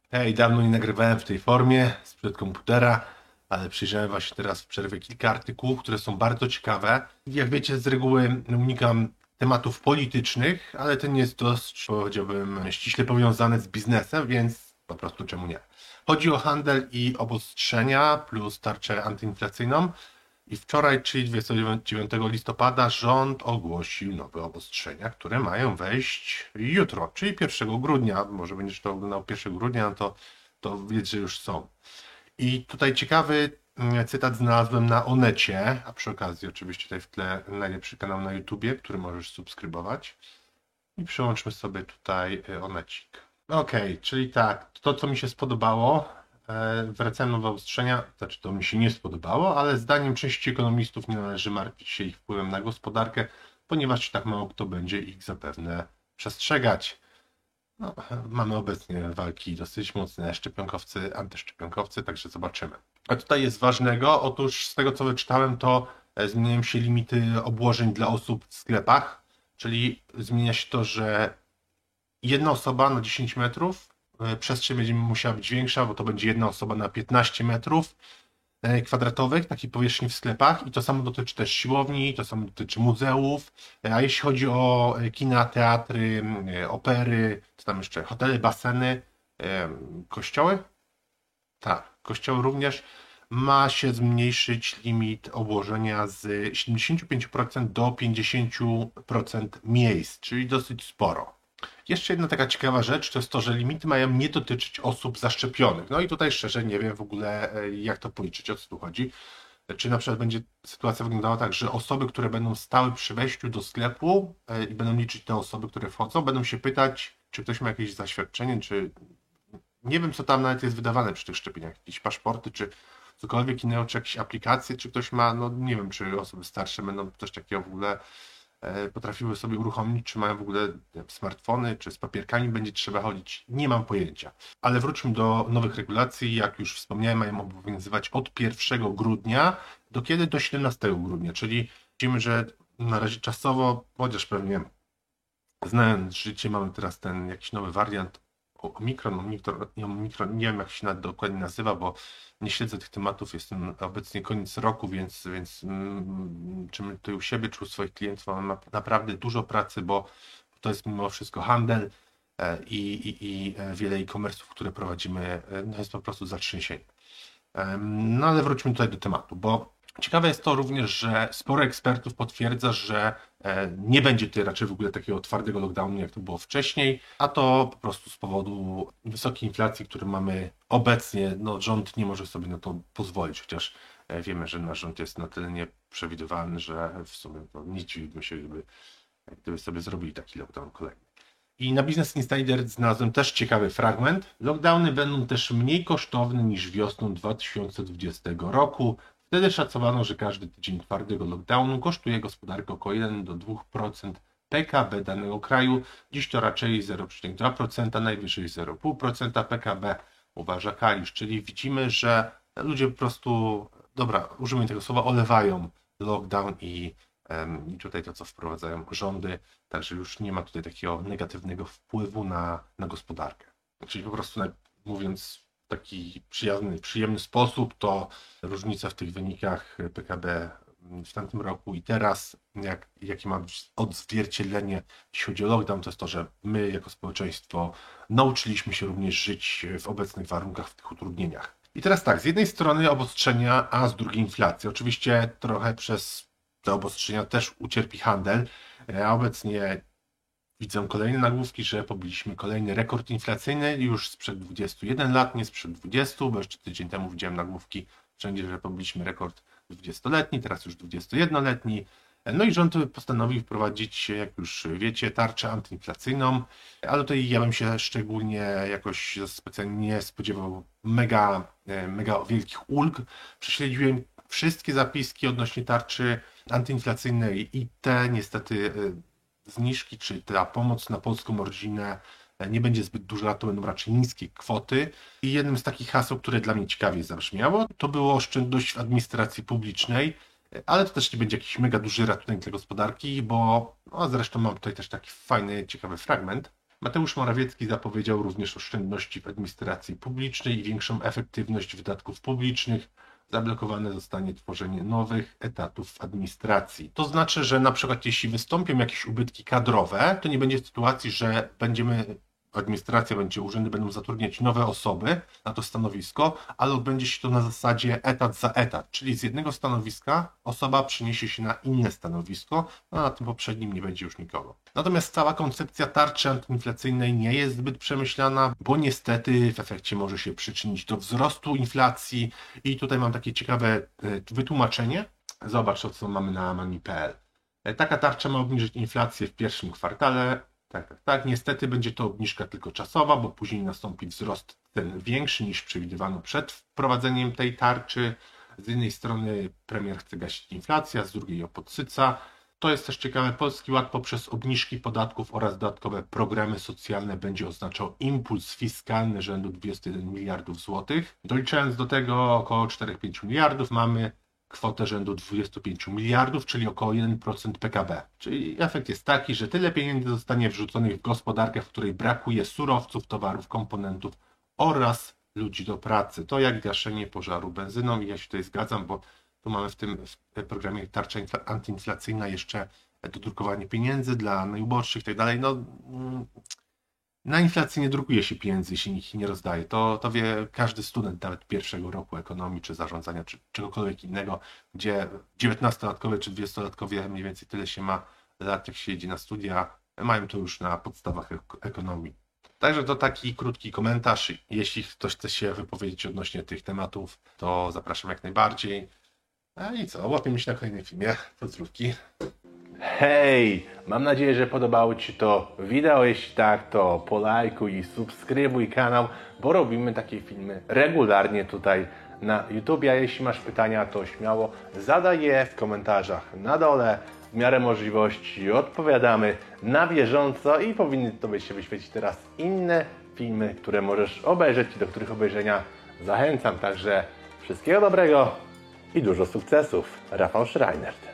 Hej, dawno nie nagrywałem w tej formie sprzed komputera, ale przyjrzałem właśnie teraz w przerwie kilka artykułów, które są bardzo ciekawe. Jak wiecie, z reguły unikam tematów politycznych, ale ten jest dość, powiedziałbym, ściśle powiązany z biznesem, więc po prostu czemu nie. Chodzi o handel i obostrzenia plus tarczę antyinflacyjną. I wczoraj, czyli 29 listopada, rząd ogłosił nowe obostrzenia, które mają wejść jutro, czyli 1 grudnia. Może będziesz to oglądał 1 grudnia, no to wiedz, że już są. I tutaj ciekawy cytat znalazłem na Onecie, a przy okazji oczywiście tutaj w tle najlepszy kanał na YouTubie, który możesz subskrybować. I przełączmy sobie tutaj Onecik. Okej, czyli tak, to co mi się spodobało, wracając do obostrzenia, znaczy to mi się nie spodobało, ale zdaniem części ekonomistów nie należy martwić się ich wpływem na gospodarkę, ponieważ tak mało kto będzie ich zapewne przestrzegać. No, mamy obecnie walki dosyć mocne, szczepionkowcy, antyszczepionkowcy, także zobaczymy. A tutaj jest ważnego, otóż z tego co wyczytałem, to zmieniają się limity obłożeń dla osób w sklepach, czyli zmienia się to, że jedna osoba na 10 metrów, przestrzeń będzie musiała być większa, bo to będzie jedna osoba na 15 metrów kwadratowych, takiej powierzchni w sklepach i to samo dotyczy też siłowni, to samo dotyczy muzeów, a jeśli chodzi o kina, teatry, opery, to tam jeszcze hotele, baseny, kościoły? Tak, kościoły również, ma się zmniejszyć limit obłożenia z 75% do 50% miejsc, czyli dosyć sporo. Jeszcze jedna taka ciekawa rzecz to jest to, że limity mają nie dotyczyć osób zaszczepionych. No i tutaj szczerze nie wiem w ogóle jak to policzyć, o co tu chodzi. Czy na przykład będzie sytuacja wyglądała tak, że osoby, które będą stały przy wejściu do sklepu i będą liczyć te osoby, które wchodzą, będą się pytać, czy ktoś ma jakieś zaświadczenie, czy nie wiem, co tam nawet jest wydawane przy tych szczepieniach, jakieś paszporty, czy cokolwiek innego, czy jakieś aplikacje, czy ktoś ma, no nie wiem, czy osoby starsze będą coś takiego w ogóle potrafiły sobie uruchomić, czy mają w ogóle nie wiem, smartfony, czy z papierkami będzie trzeba chodzić, nie mam pojęcia. Ale wróćmy do nowych regulacji, jak już wspomniałem, mają obowiązywać od 1 grudnia do kiedy? Do 17 grudnia, czyli widzimy, że na razie czasowo, chociaż pewnie znając życie, mamy teraz ten jakiś nowy wariant Omikron, nie wiem jak się dokładnie nazywa, bo nie śledzę tych tematów, jestem obecnie koniec roku, więc czy my tutaj u siebie, czy u swoich klientów mamy naprawdę dużo pracy, bo to jest mimo wszystko handel i wiele e-commerce'ów, które prowadzimy, no jest po prostu zatrzęsienie. No ale wróćmy tutaj do tematu, bo ciekawe jest to również, że sporo ekspertów potwierdza, że nie będzie tutaj raczej w ogóle takiego twardego lockdownu, jak to było wcześniej, a to po prostu z powodu wysokiej inflacji, którą mamy obecnie. No, rząd nie może sobie na to pozwolić, chociaż wiemy, że nasz rząd jest na tyle nieprzewidywalny, że w sumie to nie dziwiłbym się, gdyby sobie zrobili taki lockdown kolejny. I na Business Insider znalazłem też ciekawy fragment. Lockdowny będą też mniej kosztowne niż wiosną 2020 roku. Wtedy szacowano, że każdy tydzień twardego lockdownu kosztuje gospodarkę około 1 do 2% PKB danego kraju. Dziś to raczej 0,2%, najwyżej 0,5% PKB, uważa Kalisz. Czyli widzimy, że ludzie po prostu, dobra, użyjmy tego słowa, olewają lockdown i tutaj to, co wprowadzają rządy, także już nie ma tutaj takiego negatywnego wpływu na gospodarkę. Czyli po prostu mówiąc w taki przyjemny sposób, to różnica w tych wynikach PKB w tamtym roku i teraz, jakie ma odzwierciedlenie, jeśli chodzi o lockdown, to jest to, że my jako społeczeństwo nauczyliśmy się również żyć w obecnych warunkach, w tych utrudnieniach. I teraz tak, z jednej strony obostrzenia, a z drugiej inflacja. Oczywiście trochę przez te obostrzenia też ucierpi handel, a obecnie widzę kolejne nagłówki, że pobiliśmy kolejny rekord inflacyjny już sprzed 21 lat, nie sprzed 20, bo jeszcze tydzień temu widziałem nagłówki wszędzie, że pobiliśmy rekord 20-letni, teraz już 21-letni. No i rząd postanowił wprowadzić, jak już wiecie, tarczę antyinflacyjną, ale tutaj ja bym się szczególnie jakoś specjalnie nie spodziewał mega wielkich ulg. Prześledziłem wszystkie zapiski odnośnie tarczy antyinflacyjnej i te niestety zniżki, czy ta pomoc na polską rodzinę nie będzie zbyt duża, to będą raczej niskie kwoty. I jednym z takich haseł, które dla mnie ciekawie zabrzmiało, to było oszczędność w administracji publicznej, ale to też nie będzie jakiś mega duży ratunek dla gospodarki, bo no, zresztą mam tutaj też taki fajny, ciekawy fragment. Mateusz Morawiecki zapowiedział również oszczędności w administracji publicznej i większą efektywność wydatków publicznych. Zablokowane zostanie tworzenie nowych etatów w administracji. To znaczy, że na przykład jeśli wystąpią jakieś ubytki kadrowe, to nie będzie sytuacji, że administracja urzędy będą zatrudniać nowe osoby na to stanowisko, ale odbędzie się to na zasadzie etat za etat, czyli z jednego stanowiska osoba przeniesie się na inne stanowisko, a na tym poprzednim nie będzie już nikogo. Natomiast cała koncepcja tarczy antyinflacyjnej nie jest zbyt przemyślana, bo niestety w efekcie może się przyczynić do wzrostu inflacji i tutaj mam takie ciekawe wytłumaczenie. Zobacz, co mamy na money.pl. Taka tarcza ma obniżyć inflację w pierwszym kwartale. Tak. Niestety będzie to obniżka tylko czasowa, bo później nastąpi wzrost cen większy niż przewidywano przed wprowadzeniem tej tarczy. Z jednej strony premier chce gasić inflację, a z drugiej ją podsyca. To jest też ciekawe, Polski Ład poprzez obniżki podatków oraz dodatkowe programy socjalne będzie oznaczał impuls fiskalny rzędu 21 miliardów złotych. Doliczając do tego około 4-5 miliardów mamy kwotę rzędu 25 miliardów, czyli około 1% PKB. Czyli efekt jest taki, że tyle pieniędzy zostanie wrzuconych w gospodarkę, w której brakuje surowców, towarów, komponentów oraz ludzi do pracy. To jak gaszenie pożaru benzyną i ja się tutaj zgadzam, bo tu mamy w tym programie tarcza antyinflacyjna jeszcze dodrukowanie pieniędzy dla najuboższych i tak dalej. No, na inflacji nie drukuje się pieniędzy, jeśli nikt ich nie rozdaje. To wie każdy student nawet pierwszego roku ekonomii, czy zarządzania, czy czegokolwiek innego, gdzie 19-latkowie czy 20-latkowie mniej więcej tyle się ma lat, jak się jedzie na studia, mają to już na podstawach ekonomii. Także to taki krótki komentarz. Jeśli ktoś chce się wypowiedzieć odnośnie tych tematów, to zapraszam jak najbardziej. A i co, łapiemy się na kolejnym filmie. Pozdrówki. Hej! Mam nadzieję, że podobało Ci to wideo. Jeśli tak, to polajkuj i subskrybuj kanał, bo robimy takie filmy regularnie tutaj na YouTube. A jeśli masz pytania, to śmiało zadaj je w komentarzach na dole. W miarę możliwości odpowiadamy na bieżąco i powinny Tobie się wyświecić teraz inne filmy, które możesz obejrzeć i do których obejrzenia zachęcam. Także wszystkiego dobrego i dużo sukcesów. Rafał Schreiner.